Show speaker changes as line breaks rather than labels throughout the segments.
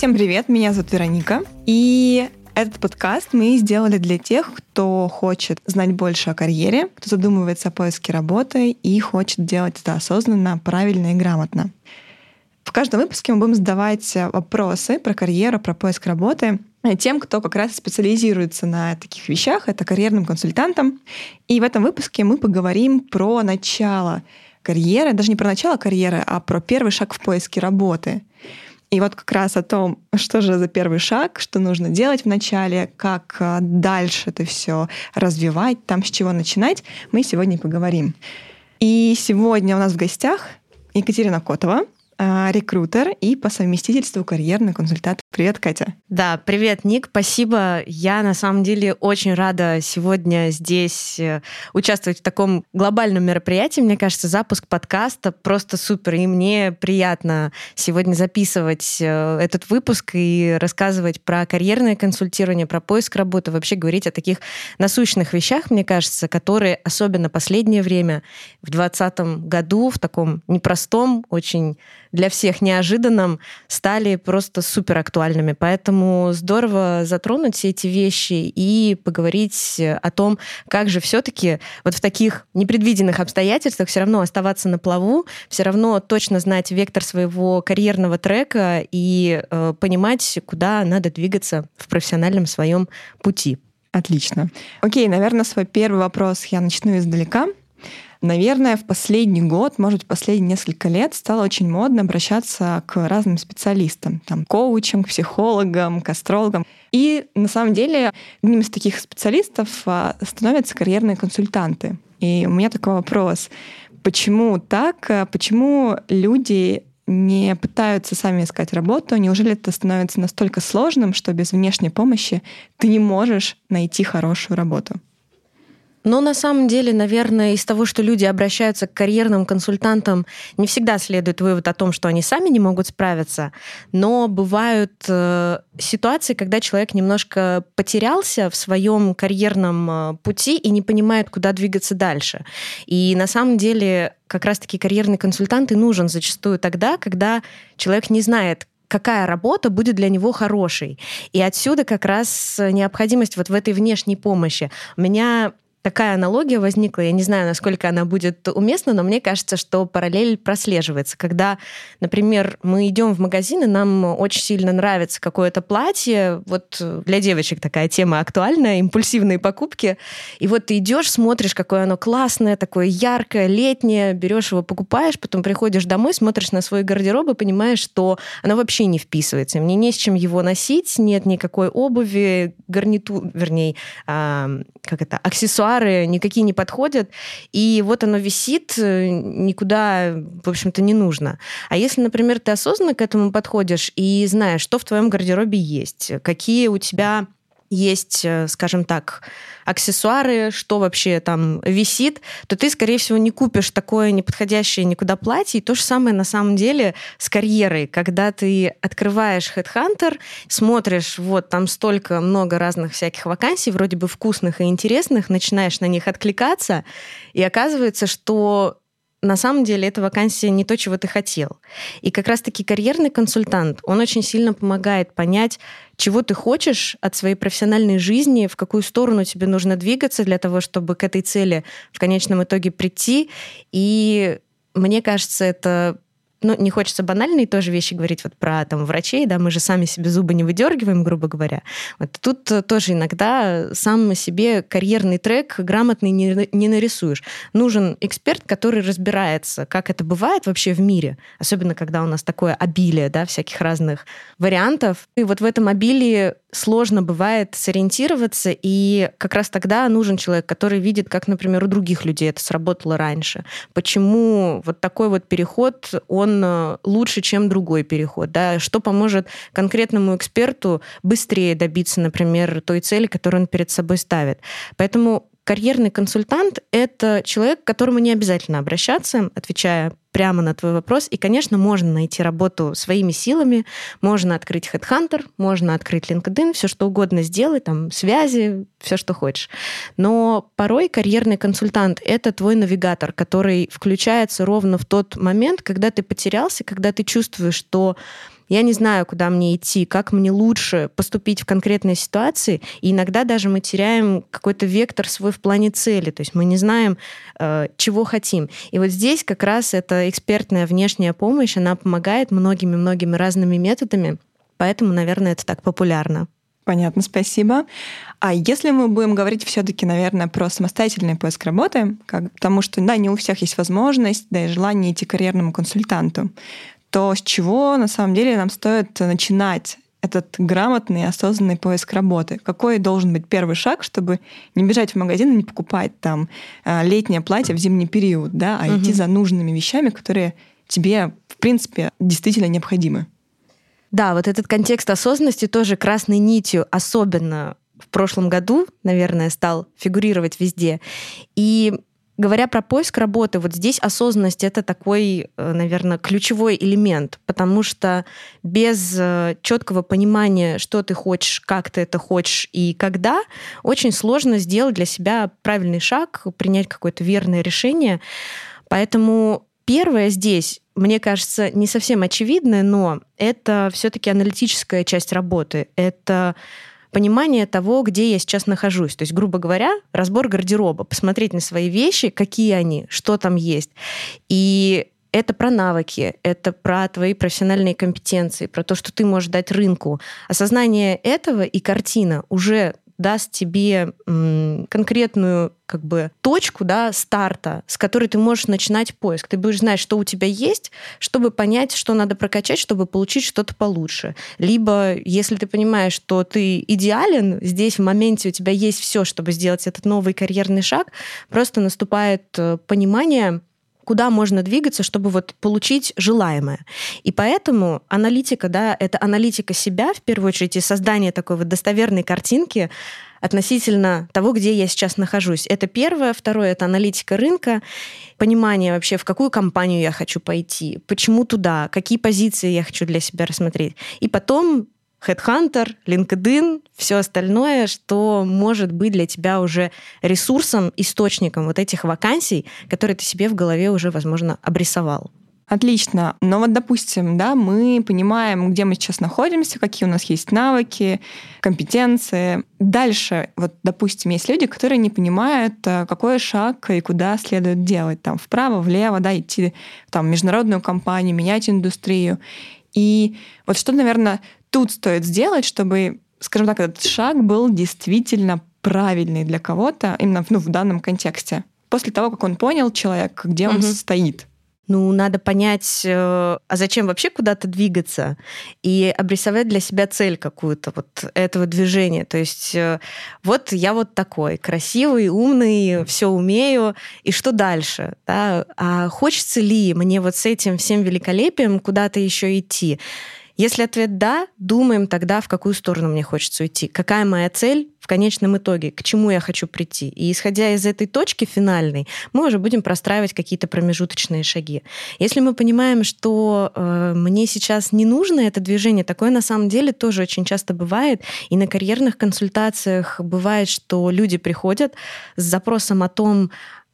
Всем привет, меня зовут Вероника, и этот подкаст мы сделали для тех, кто хочет знать больше о карьере, кто задумывается о поиске работы и хочет делать это осознанно, правильно и грамотно. В каждом выпуске мы будем задавать вопросы про карьеру, про поиск работы тем, кто как раз специализируется на таких вещах, это карьерным консультантам. И в этом выпуске мы поговорим про начало карьеры, даже не про начало карьеры, а про первый шаг в поиске работы. И вот как раз о том, что же за первый шаг, что нужно делать в начале, как дальше это все развивать, там с чего начинать, мы сегодня поговорим. И сегодня у нас в гостях Екатерина Котова, рекрутер и по совместительству карьерный консультант. Привет, Катя.
Да, привет, Ник, спасибо. Я на самом деле очень рада сегодня здесь участвовать в таком глобальном мероприятии. Мне кажется, запуск подкаста просто супер. И мне приятно сегодня записывать этот выпуск и рассказывать про карьерное консультирование, про поиск работы, вообще говорить о таких насущных вещах, мне кажется, которые особенно последнее время, в 2020 году, в таком непростом, очень для всех неожиданном, стали просто супер актуальными. Поэтому здорово затронуть все эти вещи и поговорить о том, как же все-таки вот в таких непредвиденных обстоятельствах все равно оставаться на плаву, все равно точно знать вектор своего карьерного трека и понимать, куда надо двигаться в профессиональном своем пути.
Отлично. Окей, наверное, свой первый вопрос я начну издалека. Наверное, в последний год, может, в последние несколько лет стало очень модно обращаться к разным специалистам, там, коучам, психологам, к астрологам. И на самом деле одним из таких специалистов становятся карьерные консультанты. И у меня такой вопрос. Почему так? Почему люди не пытаются сами искать работу? Неужели это становится настолько сложным, что без внешней помощи ты не можешь найти хорошую работу?
Но на самом деле, наверное, из того, что люди обращаются к карьерным консультантам, не всегда следует вывод о том, что они сами не могут справиться, но бывают ситуации, когда человек немножко потерялся в своем карьерном пути и не понимает, куда двигаться дальше. И на самом деле как раз-таки карьерный консультант и нужен зачастую тогда, когда человек не знает, какая работа будет для него хорошей. И отсюда как раз необходимость вот в этой внешней помощи. У меня такая аналогия возникла, я не знаю, насколько она будет уместна, но мне кажется, что параллель прослеживается. Когда, например, мы идем в магазин, и нам очень сильно нравится какое-то платье, вот для девочек такая тема актуальная, импульсивные покупки, и вот ты идешь, смотришь, какое оно классное, такое яркое, летнее, берешь его, покупаешь, потом приходишь домой, смотришь на свой гардероб и понимаешь, что оно вообще не вписывается. Мне не с чем его носить, нет никакой обуви, аксессуары никакие не подходят, и вот оно висит, никуда, в общем-то, не нужно. А если, например, ты осознанно к этому подходишь и знаешь, что в твоем гардеробе есть, какие у тебя есть, скажем так, аксессуары, что вообще там висит, то ты, скорее всего, не купишь такое неподходящее никуда платье. И то же самое на самом деле с карьерой. Когда ты открываешь HeadHunter, смотришь, вот там столько много разных всяких вакансий, вроде бы вкусных и интересных, начинаешь на них откликаться, и оказывается, что на самом деле эта вакансия не то, чего ты хотел. И как раз-таки карьерный консультант, он очень сильно помогает понять, чего ты хочешь от своей профессиональной жизни, в какую сторону тебе нужно двигаться для того, чтобы к этой цели в конечном итоге прийти. И мне кажется, это... не хочется банальные тоже вещи говорить вот про там, врачей, да, мы же сами себе зубы не выдергиваем, грубо говоря. Вот тут тоже иногда сам себе карьерный трек грамотный не нарисуешь. Нужен эксперт, который разбирается, как это бывает вообще в мире, особенно когда у нас такое обилие, да, всяких разных вариантов. И вот в этом обилии сложно бывает сориентироваться, и как раз тогда нужен человек, который видит, как, например, у других людей это сработало раньше. Почему вот такой вот переход, он лучше, чем другой переход, да? Что поможет конкретному эксперту быстрее добиться, например, той цели, которую он перед собой ставит. Поэтому карьерный консультант — это человек, к которому не обязательно обращаться, отвечая прямо на твой вопрос. И, конечно, можно найти работу своими силами, можно открыть HeadHunter, можно открыть LinkedIn, все что угодно сделать, там, связи, все что хочешь. Но порой карьерный консультант — это твой навигатор, который включается ровно в тот момент, когда ты потерялся, когда ты чувствуешь, что я не знаю, куда мне идти, как мне лучше поступить в конкретной ситуации, и иногда даже мы теряем какой-то вектор свой в плане цели, то есть мы не знаем, чего хотим. И вот здесь как раз эта экспертная внешняя помощь, она помогает многими-многими разными методами, поэтому, наверное, это так популярно.
Понятно, спасибо. А если мы будем говорить все-таки, наверное, про самостоятельный поиск работы, потому что, да, не у всех есть возможность, да, и желание идти к карьерному консультанту, то с чего на самом деле нам стоит начинать этот грамотный, осознанный поиск работы? Какой должен быть первый шаг, чтобы не бежать в магазин и не покупать там летнее платье в зимний период, да, а идти за нужными вещами, которые тебе, в принципе, действительно необходимы?
Да, вот этот контекст осознанности тоже красной нитью, особенно в прошлом году, наверное, стал фигурировать везде. И говоря про поиск работы, вот здесь осознанность — это такой, наверное, ключевой элемент, потому что без четкого понимания, что ты хочешь, как ты это хочешь и когда, очень сложно сделать для себя правильный шаг, принять какое-то верное решение. Поэтому первое здесь, мне кажется, не совсем очевидное, но это все-таки аналитическая часть работы. Это понимание того, где я сейчас нахожусь. То есть, грубо говоря, разбор гардероба, посмотреть на свои вещи, какие они, что там есть. И это про навыки, это про твои профессиональные компетенции, про то, что ты можешь дать рынку. Осознание этого и картина уже даст тебе конкретную точку, да, старта, с которой ты можешь начинать поиск. Ты будешь знать, что у тебя есть, чтобы понять, что надо прокачать, чтобы получить что-то получше. Либо, если ты понимаешь, что ты идеален, здесь в моменте у тебя есть все, чтобы сделать этот новый карьерный шаг, просто наступает понимание, куда можно двигаться, чтобы вот получить желаемое. И поэтому аналитика, да, это аналитика себя, в первую очередь, и создание такой вот достоверной картинки относительно того, где я сейчас нахожусь. Это первое. Второе — это аналитика рынка, понимание вообще, в какую компанию я хочу пойти, почему туда, какие позиции я хочу для себя рассмотреть. И потом HeadHunter, LinkedIn, все остальное, что может быть для тебя уже ресурсом, источником вот этих вакансий, которые ты себе в голове уже, возможно, обрисовал.
Отлично. Но вот, допустим, да, мы понимаем, где мы сейчас находимся, какие у нас есть навыки, компетенции. Дальше, вот, допустим, есть люди, которые не понимают, какой шаг и куда следует делать. Там вправо, влево, да, идти там, в международную компанию, менять индустрию. И вот что, наверное, тут стоит сделать, чтобы, скажем так, этот шаг был действительно правильный для кого-то, именно в данном контексте, после того, как он понял человек, где он стоит.
Надо понять, а зачем вообще куда-то двигаться, и обрисовать для себя цель какую-то вот этого движения. То есть вот я вот такой, красивый, умный, все умею, и что дальше? Да? А хочется ли мне вот с этим всем великолепием куда-то еще идти? Если ответ «да», думаем тогда, в какую сторону мне хочется уйти, какая моя цель в конечном итоге, к чему я хочу прийти. И исходя из этой точки финальной, мы уже будем простраивать какие-то промежуточные шаги. Если мы понимаем, что мне сейчас не нужно это движение, такое на самом деле тоже очень часто бывает, и на карьерных консультациях бывает, что люди приходят с запросом о том,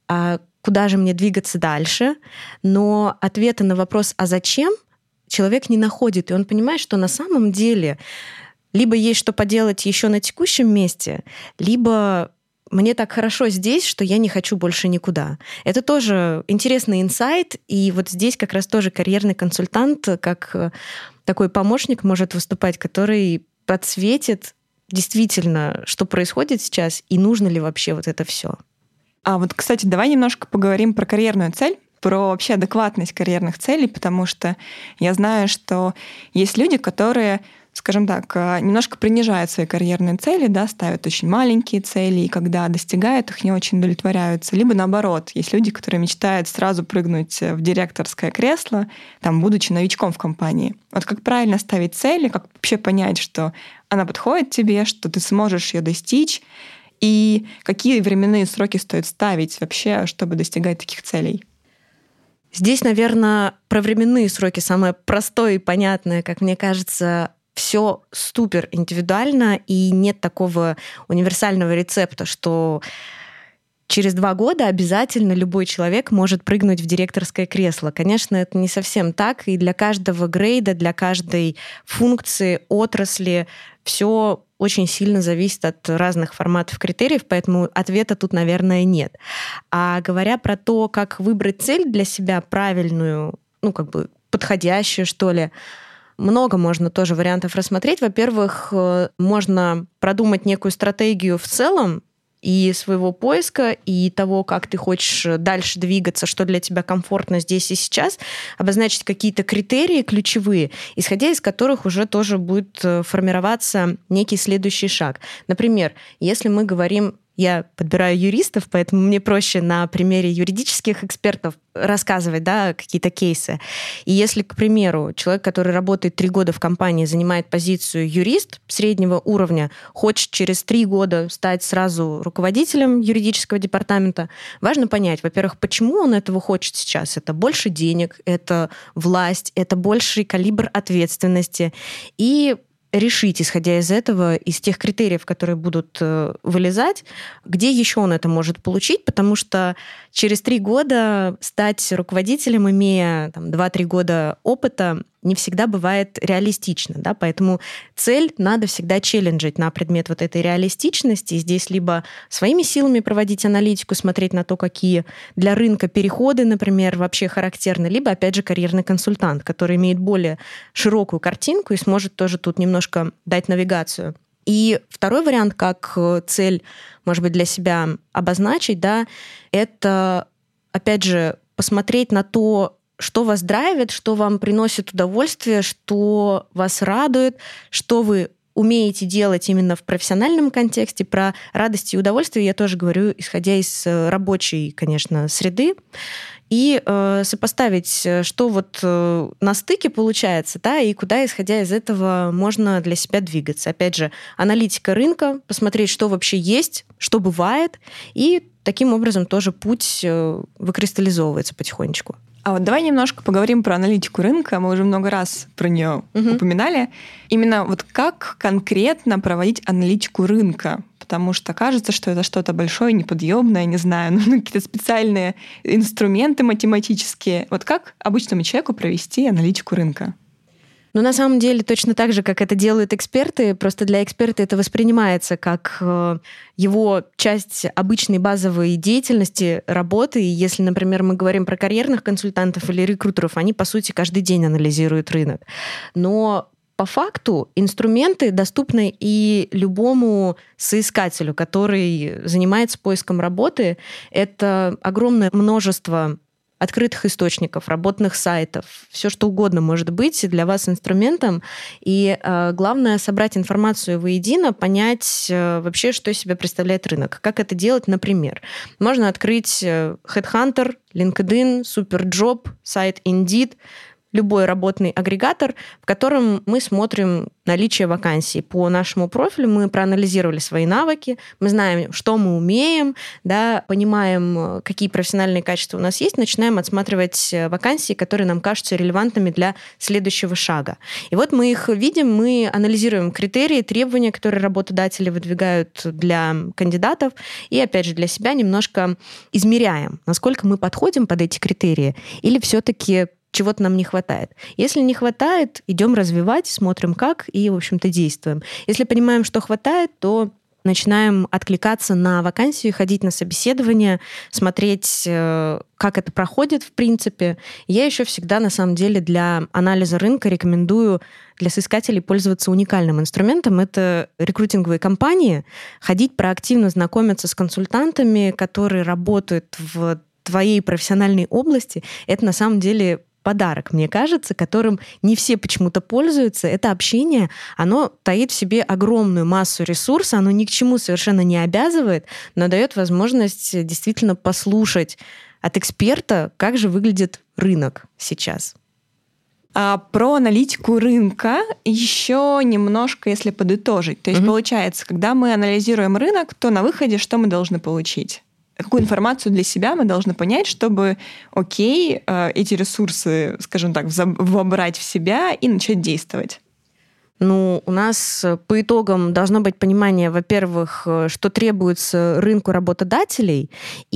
куда же мне двигаться дальше, но ответа на вопрос «а зачем?» человек не находит, и он понимает, что на самом деле либо есть что поделать еще на текущем месте, либо мне так хорошо здесь, что я не хочу больше никуда. Это тоже интересный инсайт, и вот здесь как раз тоже карьерный консультант, как такой помощник может выступать, который подсветит действительно, что происходит сейчас, и нужно ли вообще вот это все.
А вот, кстати, давай немножко поговорим про карьерную цель, про вообще адекватность карьерных целей, потому что я знаю, что есть люди, которые, скажем так, немножко принижают свои карьерные цели, да, ставят очень маленькие цели, и когда достигают их, не очень удовлетворяются. Либо наоборот, есть люди, которые мечтают сразу прыгнуть в директорское кресло, там, будучи новичком в компании. Вот как правильно ставить цели, как вообще понять, что она подходит тебе, что ты сможешь ее достичь, и какие временные сроки стоит ставить вообще, чтобы достигать таких целей?
Здесь, наверное, про временные сроки самое простое и понятное, как мне кажется, все супер индивидуально, и нет такого универсального рецепта, что 3 месяца, 6 месяцев, 1 год, 2 года. Это все очень индивидуально. И, наверное, самое важное — это понять, что вот сейчас, в текущий момент, я хочу двигаться в какую-то сторону. И если я понимаю, что я хочу двигаться в какую-то сторону, через 2 года обязательно любой человек может прыгнуть в директорское кресло. Конечно, это не совсем так, и для каждого грейда, для каждой функции, отрасли все очень сильно зависит от разных форматов критериев, поэтому ответа тут, наверное, нет. А говоря про то, как выбрать цель для себя правильную, подходящую, что ли, много можно тоже вариантов рассмотреть. Во-первых, можно продумать некую стратегию в целом, и своего поиска, и того, как ты хочешь дальше двигаться, что для тебя комфортно здесь и сейчас, обозначить какие-то критерии ключевые, исходя из которых уже тоже будет формироваться некий следующий шаг. Например, если мы говорим... Я подбираю юристов, поэтому мне проще на примере юридических экспертов рассказывать, какие-то кейсы. И если, к примеру, человек, который работает 3 года в компании, занимает позицию юрист среднего уровня, хочет через 3 года стать сразу руководителем юридического департамента, важно понять, во-первых, почему он этого хочет сейчас. Это больше денег, это власть, это больший калибр ответственности. И решить, исходя из этого, из тех критериев, которые будут вылезать, где еще он это может получить, потому что через 3 года стать руководителем, имея 2-3 года опыта, не всегда бывает реалистично, поэтому цель надо всегда челленджить на предмет вот этой реалистичности. Здесь либо своими силами проводить аналитику, смотреть на то, какие для рынка переходы, например, вообще характерны, либо, опять же, карьерный консультант, который имеет более широкую картинку и сможет тоже тут немножко дать навигацию. И второй вариант, как цель, может быть, для себя обозначить, это, опять же, посмотреть на то, что вас драйвит, что вам приносит удовольствие, что вас радует, что вы умеете делать именно в профессиональном контексте. Про радость и удовольствие я тоже говорю, исходя из рабочей, конечно, среды. И сопоставить, что на стыке получается, и куда, исходя из этого, можно для себя двигаться. Опять же, аналитика рынка, посмотреть, что вообще есть, что бывает, и таким образом тоже путь выкристаллизовывается потихонечку.
А вот давай немножко поговорим про аналитику рынка. Мы уже много раз про нее упоминали. Именно как конкретно проводить аналитику рынка? Потому что кажется, что это что-то большое, неподъемное, не знаю, нужны какие-то специальные инструменты математические. Как обычному человеку провести аналитику рынка?
На самом деле точно так же, как это делают эксперты, просто для эксперта это воспринимается как его часть обычной базовой деятельности, работы. И если, например, мы говорим про карьерных консультантов или рекрутеров, они, по сути, каждый день анализируют рынок. Но по факту инструменты доступны и любому соискателю, который занимается поиском работы. Это огромное множество открытых источников, работных сайтов, все что угодно может быть для вас инструментом. И главное — собрать информацию воедино, понять вообще, что из себя представляет рынок. Как это делать, например? Можно открыть Headhunter, LinkedIn, Superjob, сайт Indeed, любой работный агрегатор, в котором мы смотрим наличие вакансий. По нашему профилю мы проанализировали свои навыки, мы знаем, что мы умеем, понимаем, какие профессиональные качества у нас есть, начинаем отсматривать вакансии, которые нам кажутся релевантными для следующего шага. И мы их видим, мы анализируем критерии, требования, которые работодатели выдвигают для кандидатов, и, опять же, для себя немножко измеряем, насколько мы подходим под эти критерии, или все-таки чего-то нам не хватает. Если не хватает, идем развивать, смотрим как и, в общем-то, действуем. Если понимаем, что хватает, то начинаем откликаться на вакансию, ходить на собеседование, смотреть, как это проходит, в принципе. Я еще всегда, на самом деле, для анализа рынка рекомендую для соискателей пользоваться уникальным инструментом. Это рекрутинговые компании, ходить проактивно знакомиться с консультантами, которые работают в твоей профессиональной области. Это, на самом деле, подарок, мне кажется, которым не все почему-то пользуются. Это общение, оно таит в себе огромную массу ресурса, оно ни к чему совершенно не обязывает, но дает возможность действительно послушать от эксперта, как же выглядит рынок сейчас.
А про аналитику рынка еще немножко, если подытожить. То есть, получается, когда мы анализируем рынок, то на выходе что мы должны получить? Какую информацию для себя мы должны понять, чтобы, эти ресурсы, скажем так, вобрать в себя и начать действовать?
Ну, у нас по итогам должно быть понимание, во-первых, что требуется рынку работодателей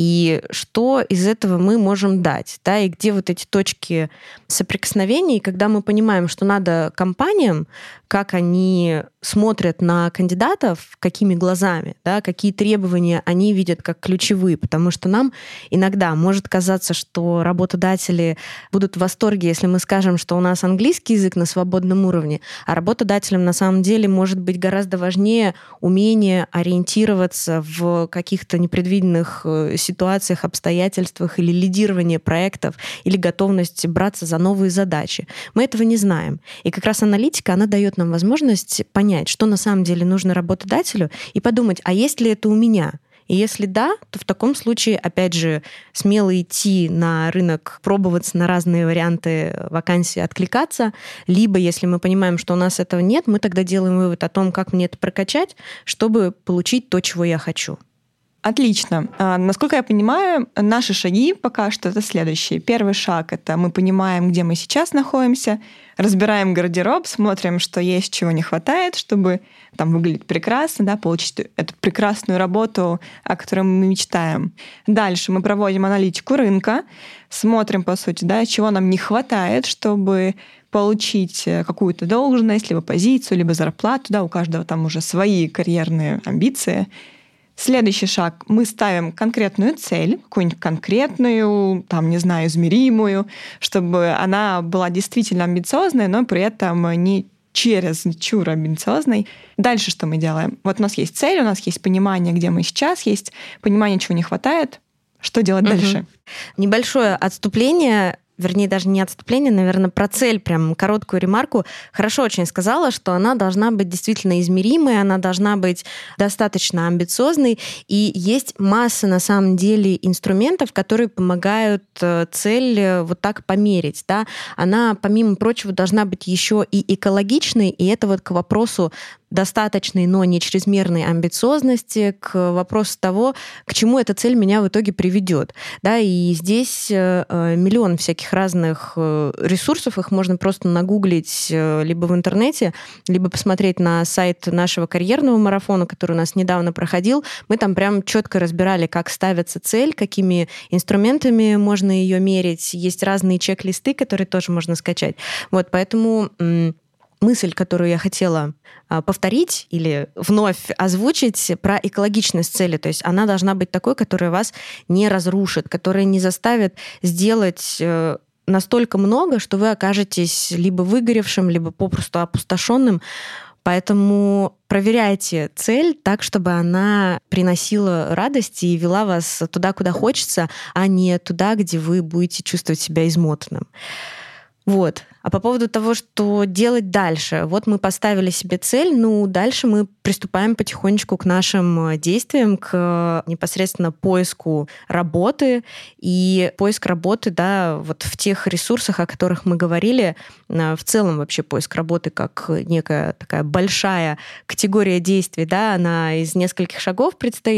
и что из этого мы можем дать, да, и где вот эти точки соприкосновений, когда мы понимаем, что надо компаниям, как они смотрят на кандидатов, какими глазами, да, какие требования они видят как ключевые, потому что нам иногда может казаться, что работодатели будут в восторге, если мы скажем, что у нас английский язык на свободном уровне, а работодателям на самом деле может быть гораздо важнее умение ориентироваться в каких-то непредвиденных ситуациях, обстоятельствах или лидирование проектов, или готовность браться за новые задачи. Мы этого не знаем. И как раз аналитика, она дает нам возможность понять, что на самом деле нужно работодателю, и подумать, а есть ли это у меня? И если да, то в таком случае, опять же, смело идти на рынок, пробоваться на разные варианты вакансий, откликаться. Либо, если мы понимаем, что у нас этого нет, мы тогда делаем вывод о том, как мне это прокачать, чтобы получить то, чего я хочу.
Отлично. Насколько я понимаю, наши шаги пока что это следующие. Первый шаг — это мы понимаем, где мы сейчас находимся, разбираем гардероб, смотрим, что есть, чего не хватает, чтобы там выглядеть прекрасно, да, получить эту прекрасную работу, о которой мы мечтаем. Дальше мы проводим аналитику рынка, смотрим, по сути, да, чего нам не хватает, чтобы получить какую-то должность, либо позицию, либо зарплату. Да, у каждого там уже свои карьерные амбиции. Следующий шаг. Мы ставим конкретную цель, какую-нибудь конкретную, там, не знаю, измеримую, чтобы она была действительно амбициозной, но при этом не чересчур амбициозной. Дальше что мы делаем? Вот у нас есть цель, у нас есть понимание, где мы сейчас, есть понимание, чего не хватает. Что делать дальше?
Небольшое отступление. Вернее, даже не отступление, наверное, про цель, прям короткую ремарку. Хорошо очень сказала, что она должна быть действительно измеримой, она должна быть достаточно амбициозной, и есть масса, на самом деле, инструментов, которые помогают цель вот так померить. Да? Она, помимо прочего, должна быть еще и экологичной, и это вот к вопросу достаточной, но не чрезмерной амбициозности, к вопросу того, к чему эта цель меня в итоге приведет. Да, и здесь миллион всяких разных ресурсов, их можно просто нагуглить либо в интернете, либо посмотреть на сайт нашего карьерного марафона, который у нас недавно проходил. Мы там прям четко разбирали, как ставится цель, какими инструментами можно ее мерить. Есть разные чек-листы, которые тоже можно скачать. Вот, поэтому мысль, которую я хотела повторить или вновь озвучить про экологичность цели. То есть она должна быть такой, которая вас не разрушит, которая не заставит сделать настолько много, что вы окажетесь либо выгоревшим, либо попросту опустошенным. Поэтому проверяйте цель так, чтобы она приносила радость и вела вас туда, куда хочется, а не туда, где вы будете чувствовать себя измотанным. Вот. А по поводу того, что делать дальше. Вот мы поставили себе цель, дальше мы приступаем потихонечку к нашим действиям, к непосредственно поиску работы. И поиск работы, да, вот в тех ресурсах, о которых мы говорили, в целом вообще поиск работы как некая такая большая категория действий, да, она из нескольких шагов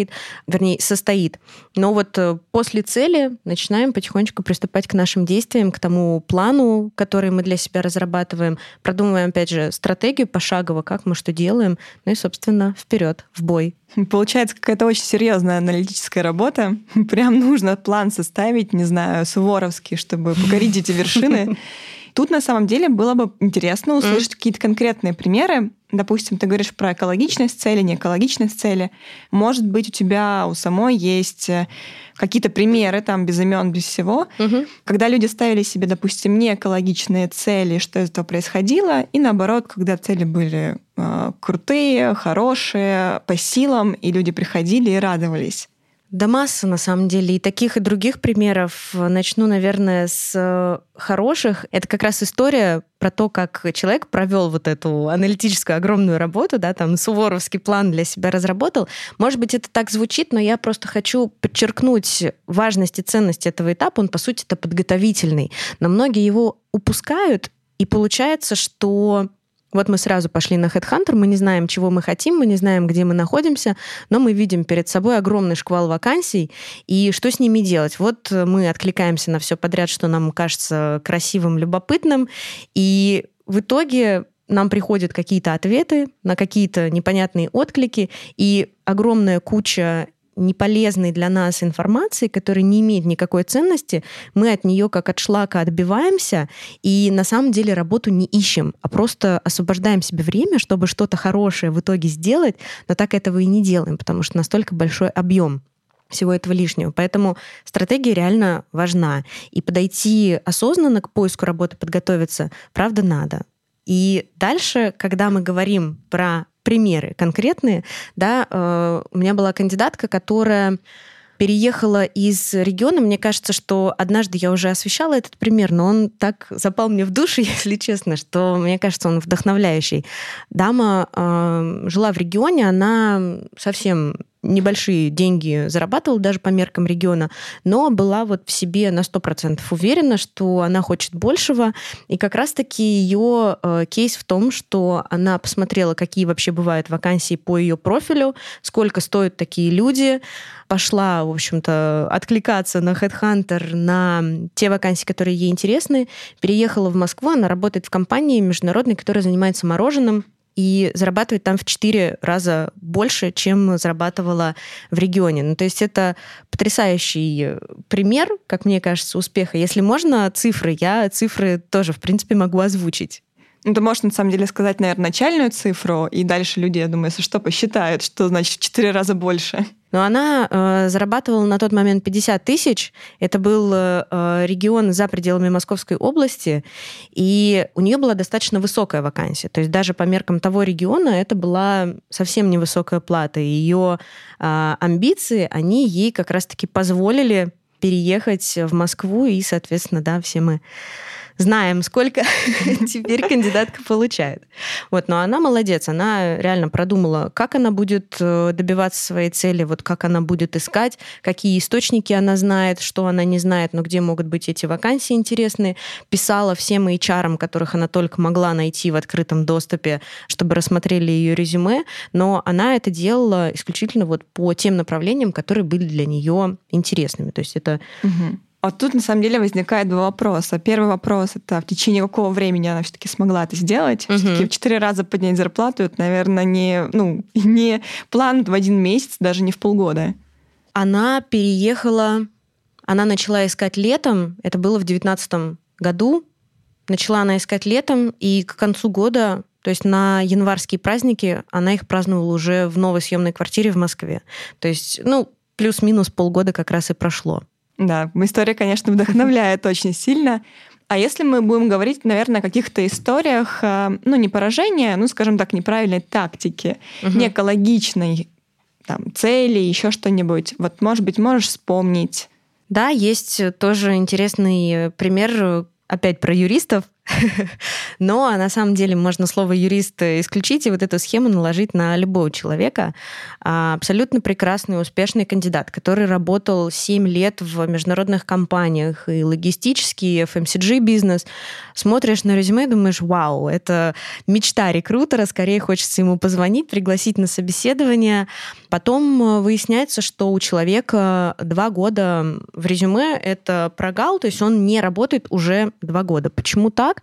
состоит. Но вот после цели начинаем потихонечку приступать к нашим действиям, к тому плану, который мы для себя разрабатываем, продумываем, опять же, стратегию пошагово, как мы что делаем, и, собственно, вперед, в бой.
Получается какая-то очень серьезная аналитическая работа. Прям нужно план составить, не знаю, суворовский, чтобы покорить эти вершины. Тут, на самом деле, было бы интересно услышать какие-то конкретные примеры. Допустим, ты говоришь про экологичность цели, не экологичность цели. Может быть, у тебя у самой есть какие-то примеры, там, без имен, без всего, когда люди ставили себе, допустим, не экологичные цели, что из этого происходило, и наоборот, когда цели были крутые, хорошие, по силам, и люди приходили и радовались.
Да масса, на самом деле, и таких, и других примеров. Начну, наверное, с хороших. Это как раз история про то, как человек провел вот эту аналитическую огромную работу, да, там суворовский план для себя разработал. Может быть, это так звучит, но я просто хочу подчеркнуть важность и ценность этого этапа. Он, по сути, это подготовительный. Но многие его упускают, и получается, что вот мы сразу пошли на HeadHunter, мы не знаем, чего мы хотим, мы не знаем, где мы находимся, но мы видим перед собой огромный шквал вакансий, и что с ними делать? Вот мы откликаемся на все подряд, что нам кажется красивым, любопытным, и в итоге нам приходят какие-то ответы на какие-то непонятные отклики, и огромная куча неполезной для нас информации, которая не имеет никакой ценности, мы от нее как от шлака отбиваемся и на самом деле работу не ищем, а просто освобождаем себе время, чтобы что-то хорошее в итоге сделать, но так этого и не делаем, потому что настолько большой объем всего этого лишнего. Поэтому стратегия реально важна. И подойти осознанно к поиску работы, подготовиться, правда, надо. И дальше, когда мы говорим про примеры конкретные, да, у меня была кандидатка, которая переехала из региона. Мне кажется, что однажды я уже освещала этот пример, но он так запал мне в душу, если честно, что мне кажется, он вдохновляющий. Дама жила в регионе, она совсем небольшие деньги зарабатывала даже по меркам региона, но была вот в себе на 100% уверена, что она хочет большего. И как раз-таки ее кейс в том, что она посмотрела, какие вообще бывают вакансии по ее профилю, сколько стоят такие люди, пошла, в общем-то, откликаться на HeadHunter, на те вакансии, которые ей интересны, переехала в Москву, она работает в компании международной, которая занимается мороженым, и зарабатывает там в 4 раза больше, чем зарабатывала в регионе. Ну, то есть это потрясающий пример, как мне кажется, успеха. Если можно цифры, я цифры тоже, в принципе, могу озвучить.
Ну, ты можешь, на самом деле, сказать, наверное, начальную цифру, и дальше люди, я думаю, если что, посчитают, что значит в 4 раза больше.
Но она зарабатывала на тот момент 50 тысяч. Это был регион за пределами Московской области, и у нее была достаточно высокая вакансия. То есть даже по меркам того региона это была совсем невысокая плата. И ее амбиции, они ей как раз-таки позволили переехать в Москву, и, соответственно, да, все мы знаем, сколько теперь кандидатка получает. Вот, но она молодец, она реально продумала, как она будет добиваться своей цели, вот как она будет искать, какие источники она знает, что она не знает, но где могут быть эти вакансии интересные. Писала всем HR, которых она только могла найти в открытом доступе, чтобы рассмотрели ее резюме, но она это делала исключительно вот по тем направлениям, которые были для нее интересными. То есть это...
А тут, на самом деле, возникает два вопроса. Первый вопрос — это в течение какого времени она все-таки смогла это сделать. Все-таки в 4 раза поднять зарплату — это, наверное, не план в 1 месяц, даже не в полгода.
Она переехала, она начала искать летом, это было в 2019 году. Начала она искать летом, и к концу года, то есть на январские праздники, она их праздновала уже в новой съемной квартире в Москве. То есть, плюс-минус полгода как раз и прошло.
Да, история, конечно, вдохновляет очень сильно. А если мы будем говорить, наверное, о каких-то историях, не поражения, скажем так, неправильной тактики, не экологичной цели, еще что-нибудь. Вот, может быть, можешь вспомнить?
Да, есть тоже интересный пример, опять про юристов, но на самом деле можно слово «юрист» исключить и вот эту схему наложить на любого человека. Абсолютно прекрасный, успешный кандидат, который работал 7 лет в международных компаниях, и логистический, и FMCG-бизнес. Смотришь на резюме и думаешь: вау, это мечта рекрутера, скорее хочется ему позвонить, пригласить на собеседование. Потом выясняется, что у человека 2 года в резюме — это прогал, то есть он не работает уже 2 года. Почему так?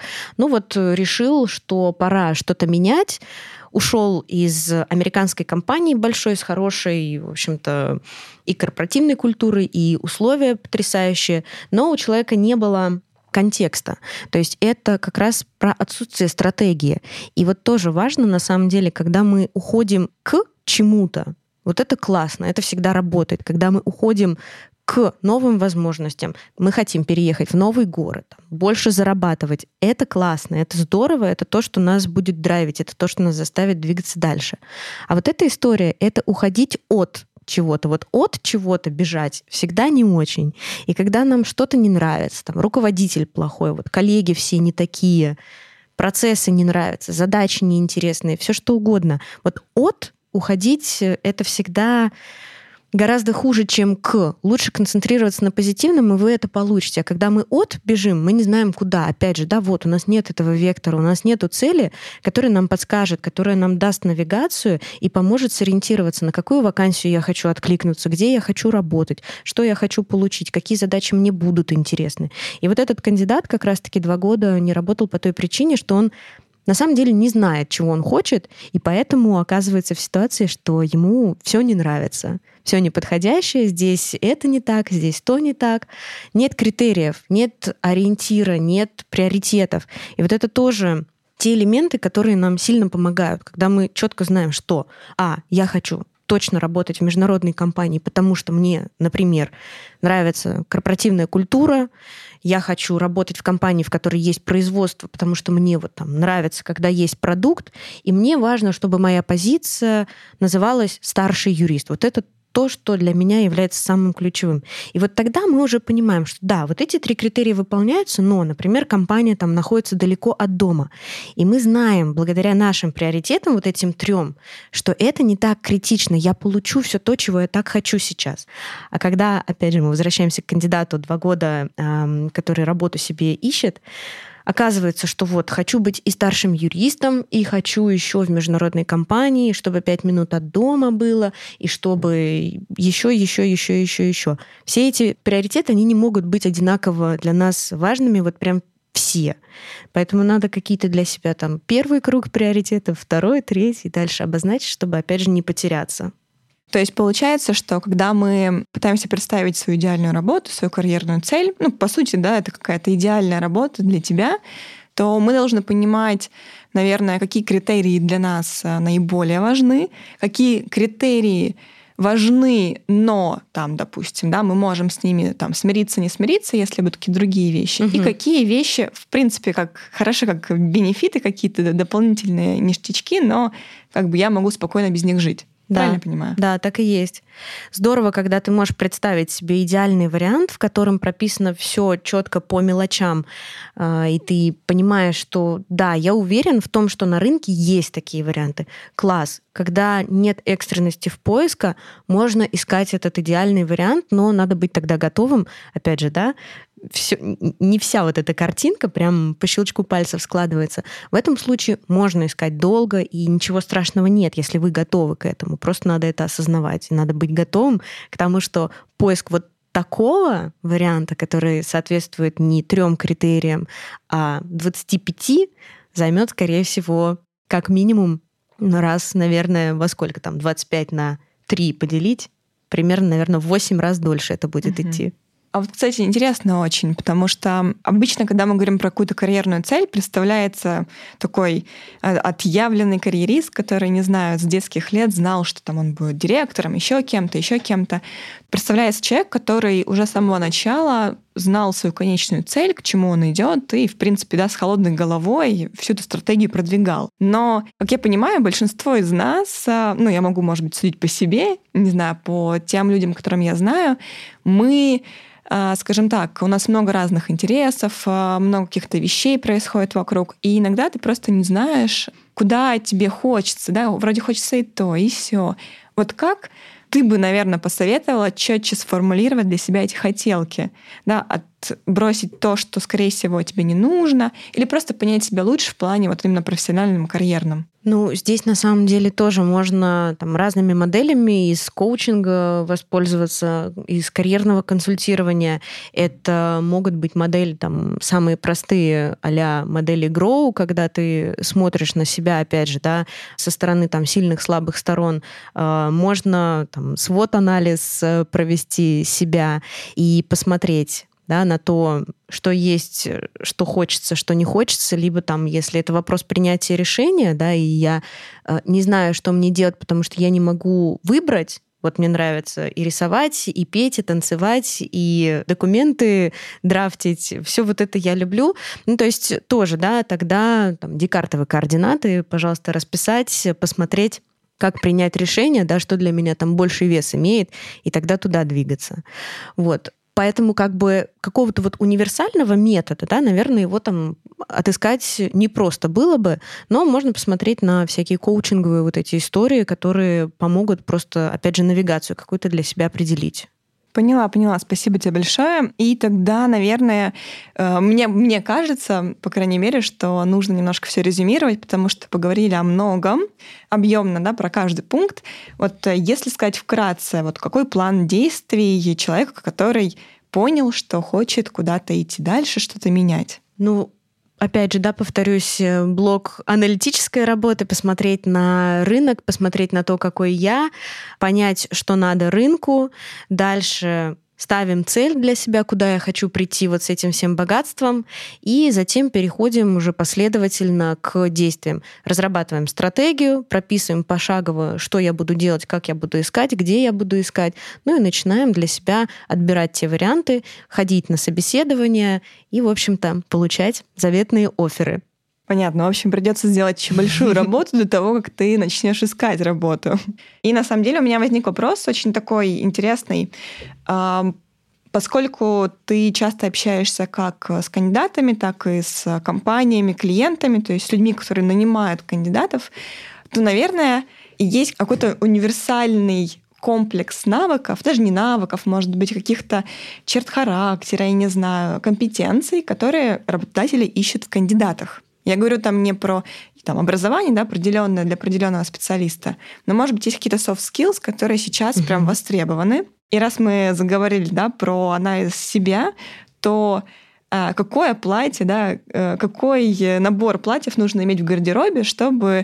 Решил, что пора что-то менять, ушел из американской компании большой, с хорошей, в общем-то, и корпоративной культурой, и условия потрясающие, но у человека не было контекста. То есть это как раз про отсутствие стратегии. И вот тоже важно, на самом деле, когда мы уходим к чему-то, вот это классно, это всегда работает. Когда мы уходим к новым возможностям, мы хотим переехать в новый город, больше зарабатывать. Это классно, это здорово, это то, что нас будет драйвить, это то, что нас заставит двигаться дальше. А вот эта история — это уходить от чего-то. Вот от чего-то бежать всегда не очень. И когда нам что-то не нравится, руководитель плохой, коллеги все не такие, процессы не нравятся, задачи неинтересные, все что угодно. От уходить — это всегда гораздо хуже, чем к. Лучше концентрироваться на позитивном, и вы это получите. А когда мы от бежим, мы не знаем куда. Опять же, у нас нет этого вектора, у нас нету цели, которая нам подскажет, которая нам даст навигацию и поможет сориентироваться, на какую вакансию я хочу откликнуться, где я хочу работать, что я хочу получить, какие задачи мне будут интересны. И вот этот кандидат как раз-таки 2 года не работал по той причине, что он на самом деле не знает, чего он хочет, и поэтому оказывается в ситуации, что ему все не нравится, все неподходящее, здесь это не так, здесь то не так. Нет критериев, нет ориентира, нет приоритетов. И вот это тоже те элементы, которые нам сильно помогают, когда мы четко знаем, что я хочу точно работать в международной компании, потому что мне, например, нравится корпоративная культура, я хочу работать в компании, в которой есть производство, потому что мне вот там нравится, когда есть продукт, и мне важно, чтобы моя позиция называлась «старший юрист». Вот это то, что для меня является самым ключевым. И вот тогда мы уже понимаем, что да, вот эти 3 критерия выполняются, но, например, компания там находится далеко от дома. И мы знаем, благодаря нашим приоритетам, вот этим 3, что это не так критично. Я получу все то, чего я так хочу сейчас. А когда, опять же, мы возвращаемся к кандидату 2 года, который работу себе ищет, оказывается, что вот хочу быть и старшим юристом, и хочу еще в международной компании, чтобы 5 минут от дома было, и чтобы еще. Все эти приоритеты, они не могут быть одинаково для нас важными, вот прям все. Поэтому надо какие-то для себя там 1 круг приоритетов, 2, 3 и дальше обозначить, чтобы, опять же, не потеряться.
То есть получается, что когда мы пытаемся представить свою идеальную работу, свою карьерную цель, по сути, да, это какая-то идеальная работа для тебя, то мы должны понимать, наверное, какие критерии для нас наиболее важны, какие критерии важны, но там, допустим, да, мы можем с ними там смириться, не смириться, если будут какие-то другие вещи. И какие вещи, в принципе, хороши как бенефиты, какие-то дополнительные ништячки, но я могу спокойно без них жить. Правильно я понимаю?
Да, так и есть. Здорово, когда ты можешь представить себе идеальный вариант, в котором прописано все четко по мелочам, и ты понимаешь, что да, я уверен в том, что на рынке есть такие варианты. Класс. Когда нет экстренности в поиске, можно искать этот идеальный вариант, но надо быть тогда готовым, опять же, да, не вся вот эта картинка прям по щелчку пальцев складывается. В этом случае можно искать долго, и ничего страшного нет, если вы готовы к этому. Просто надо это осознавать. И надо быть готовым к тому, что поиск вот такого варианта, который соответствует не 3 критериям, а 25, займет, скорее всего, как минимум раз, наверное, во сколько там, 25 на 3 поделить, примерно, наверное, в 8 раз дольше это будет идти.
А вот, кстати, интересно очень, потому что обычно, когда мы говорим про какую-то карьерную цель, представляется такой отъявленный карьерист, который, не знаю, с детских лет знал, что там он будет директором, еще кем-то. Представляется человек, который уже с самого начала знал свою конечную цель, к чему он идет, и, в принципе, да, с холодной головой всю эту стратегию продвигал. Но, как я понимаю, большинство из нас, я могу, может быть, судить по себе, не знаю, по тем людям, которым я знаю, мы, скажем так, у нас много разных интересов, много каких-то вещей происходит вокруг, и иногда ты просто не знаешь, куда тебе хочется, да, вроде хочется и то, и все. Вот как ты бы, наверное, посоветовала четче сформулировать для себя эти хотелки, да, отбросить то, что, скорее всего, тебе не нужно, или просто понять себя лучше в плане вот именно профессиональном, карьерном?
Здесь на самом деле тоже можно там разными моделями из коучинга воспользоваться, из карьерного консультирования. Это могут быть модели там самые простые, а-ля модели Grow, когда ты смотришь на себя, опять же, да, со стороны там сильных, слабых сторон. Можно там SWOT-анализ провести себя и посмотреть, да, на то, что есть, что хочется, что не хочется, либо там, если это вопрос принятия решения, да, и я не знаю, что мне делать, потому что я не могу выбрать. Вот мне нравится и рисовать, и петь, и танцевать, и документы драфтить. Все вот это я люблю. То есть тоже, да, тогда там, декартовые координаты, пожалуйста, расписать, посмотреть, как принять решение, да, что для меня там больший вес имеет, и тогда туда двигаться. Вот. Поэтому какого-то вот универсального метода, да, наверное, его там отыскать непросто было бы, но можно посмотреть на всякие коучинговые вот эти истории, которые помогут просто, опять же, навигацию какую-то для себя определить.
Поняла. Спасибо тебе большое. И тогда, наверное, мне кажется, по крайней мере, что нужно немножко все резюмировать, потому что поговорили о многом, объемно, да, про каждый пункт. Вот если сказать вкратце, вот какой план действий человека, который понял, что хочет куда-то идти дальше, что-то менять?
опять же, да, повторюсь, блок аналитической работы, посмотреть на рынок, посмотреть на то, какой я, понять, что надо рынку, дальше ставим цель для себя, куда я хочу прийти вот с этим всем богатством, и затем переходим уже последовательно к действиям. Разрабатываем стратегию, прописываем пошагово, что я буду делать, как я буду искать, где я буду искать, ну и начинаем для себя отбирать те варианты, ходить на собеседования и, в общем-то, получать заветные офферы.
Понятно. В общем, придется сделать еще большую работу до того, как ты начнешь искать работу. И на самом деле у меня возник вопрос очень такой интересный. Поскольку ты часто общаешься как с кандидатами, так и с компаниями, клиентами, то есть с людьми, которые нанимают кандидатов, то, наверное, есть какой-то универсальный комплекс навыков, даже не навыков, может быть, каких-то черт характера, я не знаю, компетенций, которые работодатели ищут в кандидатах. Я говорю там не про образование, да, определенное для определенного специалиста, но, может быть, есть какие-то soft skills, которые сейчас прям востребованы. И раз мы заговорили, да, про анализ себя, то какое платье, да, какой набор платьев нужно иметь в гардеробе, чтобы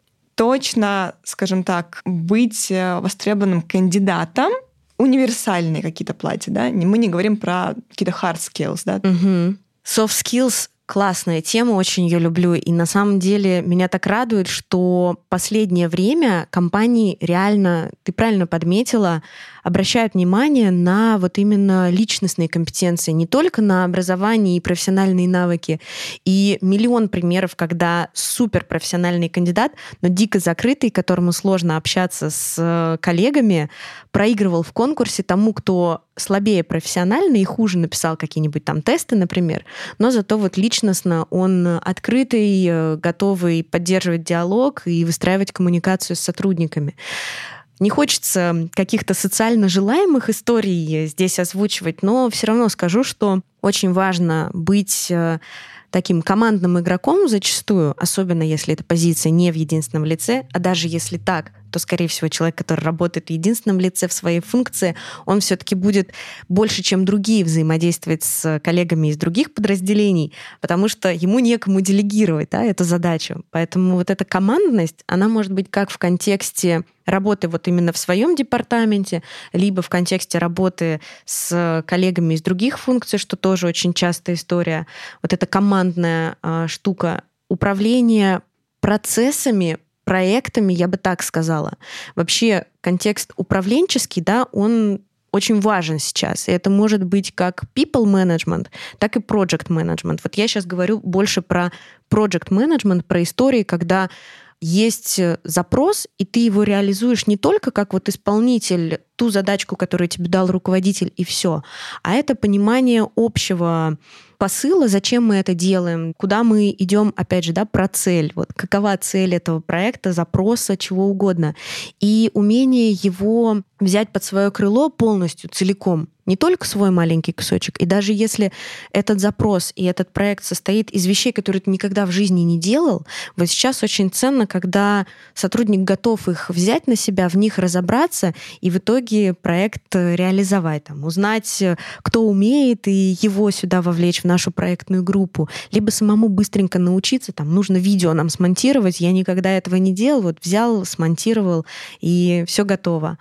точно, скажем так, быть востребованным кандидатом, универсальные какие-то платья, да, мы не говорим про какие-то hard skills, да.
Soft skills — классная тема, очень ее люблю. И на самом деле меня так радует, что последнее время компании реально, ты правильно подметила, обращают внимание на вот именно личностные компетенции, не только на образование и профессиональные навыки. И миллион примеров, когда суперпрофессиональный кандидат, но дико закрытый, которому сложно общаться с коллегами, проигрывал в конкурсе тому, кто слабее профессионально и хуже написал какие-нибудь там тесты, например, но зато вот личностно он открытый, готовый поддерживать диалог и выстраивать коммуникацию с сотрудниками. Не хочется каких-то социально желаемых историй здесь озвучивать, но все равно скажу, что очень важно быть таким командным игроком зачастую, особенно если эта позиция не в единственном лице, а даже если так, то, скорее всего, человек, который работает в единственном лице в своей функции, он все-таки будет больше, чем другие, взаимодействовать с коллегами из других подразделений, потому что ему некому делегировать, да, эту задачу. Поэтому вот эта командность, она может быть как в контексте работы вот именно в своем департаменте, либо в контексте работы с коллегами из других функций, что тоже очень частая история. Вот эта командная штука, управление процессами, проектами, я бы так сказала. Вообще контекст управленческий, да, он очень важен сейчас. И это может быть как people management, так и project management. Вот я сейчас говорю больше про project management, про истории, когда есть запрос, и ты его реализуешь не только как вот исполнитель ту задачку, которую тебе дал руководитель, и все, а это понимание общего посыла, зачем мы это делаем, куда мы идем, опять же, да, про цель. Вот какова цель этого проекта, запроса, чего угодно. И умение его взять под свое крыло полностью, целиком. Не только свой маленький кусочек. И даже если этот запрос и этот проект состоит из вещей, которые ты никогда в жизни не делал, вот сейчас очень ценно, когда сотрудник готов их взять на себя, в них разобраться и в итоге проект реализовать. Там, узнать, кто умеет, и его сюда вовлечь в нашу проектную группу. Либо самому быстренько научиться. Там, нужно видео нам смонтировать. Я никогда этого не делал. Вот взял, смонтировал, и все готово.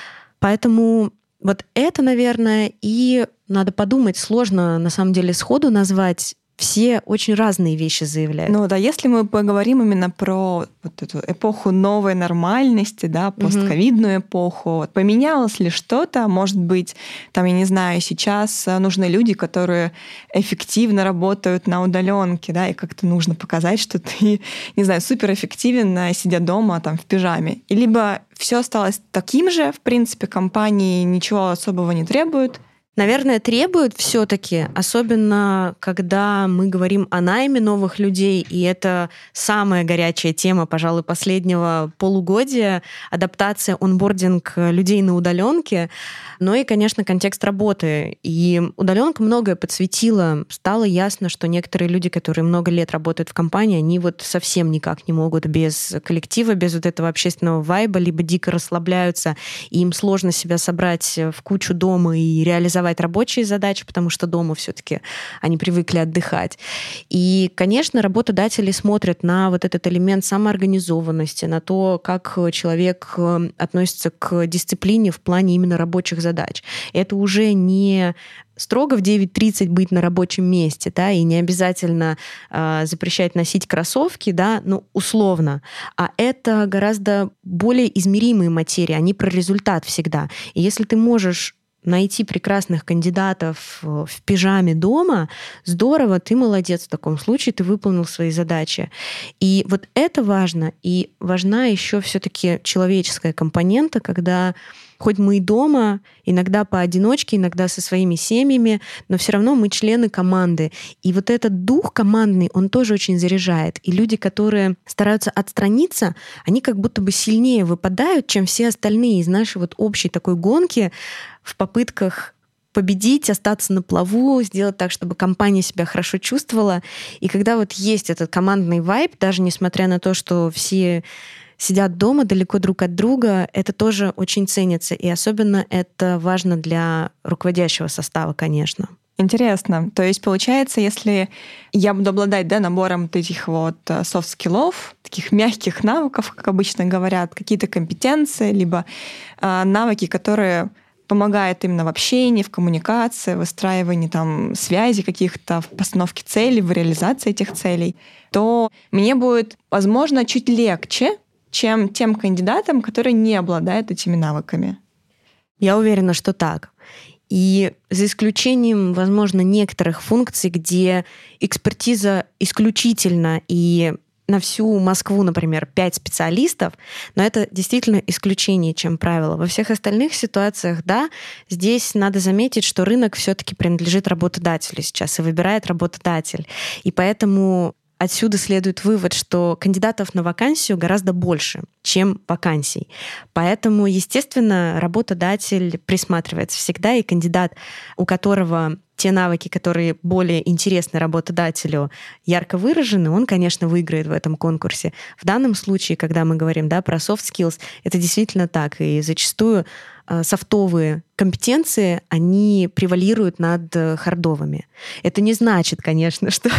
Поэтому вот это, наверное, и надо подумать, сложно на самом деле сходу назвать. Все очень разные вещи заявляют.
Ну да, если мы поговорим именно про вот эту эпоху новой нормальности, да, постковидную эпоху, вот поменялось ли что-то? Может быть, там, я не знаю, сейчас нужны люди, которые эффективно работают на удаленке, да, и как-то нужно показать, что ты, не знаю, суперэффективен, сидя дома там в пижаме. И либо все осталось таким же, в принципе, компании ничего особого не требуют.
Наверное, требуют все-таки, особенно когда мы говорим о найме новых людей, и это самая горячая тема, пожалуй, последнего полугодия — адаптация, онбординг людей на удаленке. Но и, конечно, контекст работы. И удаленка многое подсветила. Стало ясно, что некоторые люди, которые много лет работают в компании, они вот совсем никак не могут без коллектива, без вот этого общественного вайба, либо дико расслабляются, и им сложно себя собрать в кучу дома и реализовать реализовать рабочие задачи, потому что дома все-таки они привыкли отдыхать. И, конечно, работодатели смотрят на вот этот элемент самоорганизованности, на то, как человек относится к дисциплине в плане именно рабочих задач. Это уже не строго в 9:30 быть на рабочем месте, да, и не обязательно запрещать носить кроссовки, да, ну, условно. А это гораздо более измеримые материи, они про результат всегда. И если ты можешь найти прекрасных кандидатов в пижаме дома, здорово, ты молодец в таком случае, ты выполнил свои задачи. И вот это важно, и важна еще все-таки человеческая компонента, когда хоть мы и дома, иногда поодиночке, иногда со своими семьями, но все равно мы члены команды. И вот этот дух командный, он тоже очень заряжает. И люди, которые стараются отстраниться, они как будто бы сильнее выпадают, чем все остальные из нашей вот общей такой гонки в попытках победить, остаться на плаву, сделать так, чтобы компания себя хорошо чувствовала. И когда вот есть этот командный вайб, даже несмотря на то, что все сидят дома далеко друг от друга, это тоже очень ценится. И особенно это важно для руководящего состава, конечно.
Интересно. То есть, получается, если я буду обладать, да, набором вот этих вот софт-скиллов, таких мягких навыков, как обычно говорят, какие-то компетенции, либо навыки, которые помогают именно в общении, в коммуникации, в выстраивании там связей каких-то, в постановке целей, в реализации этих целей, то мне будет, возможно, чуть легче, чем тем кандидатам, которые не обладают этими навыками.
Я уверена, что так. И за исключением, возможно, некоторых функций, где экспертиза исключительно и на всю Москву, например, 5 специалистов, но это действительно исключение, чем правило. Во всех остальных ситуациях, да, здесь надо заметить, что рынок все-таки принадлежит работодателю сейчас и выбирает работодатель. И поэтому отсюда следует вывод, что кандидатов на вакансию гораздо больше, чем вакансий. Поэтому, естественно, работодатель присматривается всегда, и кандидат, у которого те навыки, которые более интересны работодателю, ярко выражены, он, конечно, выиграет в этом конкурсе. В данном случае, когда мы говорим, да, про soft skills, это действительно так, и зачастую софтовые компетенции, они превалируют над хардовыми. Это не значит, конечно, что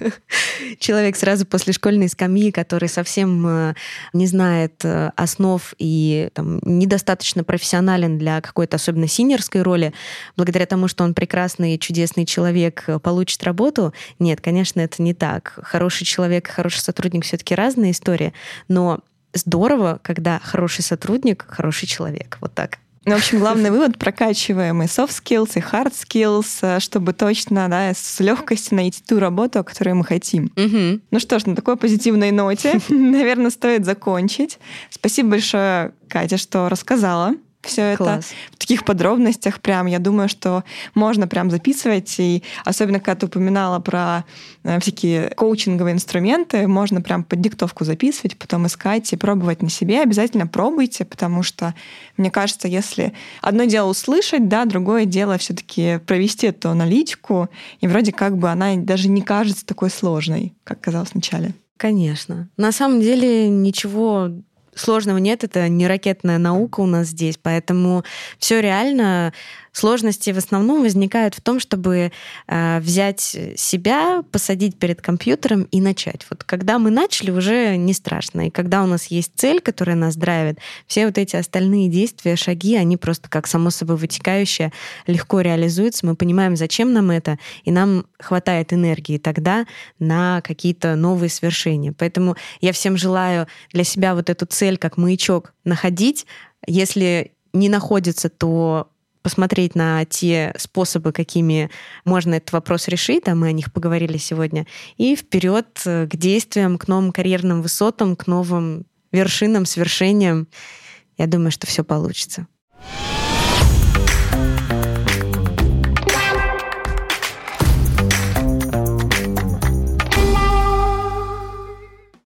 человек сразу после школьной скамьи, который совсем не знает основ и там, недостаточно профессионален для какой-то особенно синьорской роли, благодаря тому, что он прекрасный и чудесный человек, получит работу. Нет, конечно, это не так. Хороший человек и хороший сотрудник все-таки разная история, но здорово, когда хороший сотрудник — хороший человек. Вот так.
Ну, в общем, главный вывод — прокачиваем и soft skills, и hard skills, чтобы точно, да, с легкостью найти ту работу, которую мы хотим.
Угу.
Ну что ж, на такой позитивной ноте, наверное, стоит закончить. Спасибо большое, Катя, что рассказала все это в таких подробностях. Прям, я думаю, что можно прям записывать. И особенно, когда ты упоминала про всякие коучинговые инструменты, можно прям под диктовку записывать, потом искать и пробовать на себе. Обязательно пробуйте, потому что, мне кажется, если одно дело услышать, да, другое дело все-таки провести эту аналитику, и вроде как бы она даже не кажется такой сложной, как казалось вначале.
Конечно. На самом деле ничего сложного нет, это не ракетная наука у нас здесь, поэтому все реально. Сложности в основном возникают в том, чтобы взять себя, посадить перед компьютером и начать. Вот когда мы начали, уже не страшно. И когда у нас есть цель, которая нас драйвит, все вот эти остальные действия, шаги, они просто как само собой вытекающие, легко реализуются. Мы понимаем, зачем нам это, и нам хватает энергии тогда на какие-то новые свершения. Поэтому я всем желаю для себя вот эту цель как маячок находить. Если не находится, то посмотреть на те способы, какими можно этот вопрос решить, а мы о них поговорили сегодня, и вперед к действиям, к новым карьерным высотам, к новым вершинам, свершениям. Я думаю, что все получится.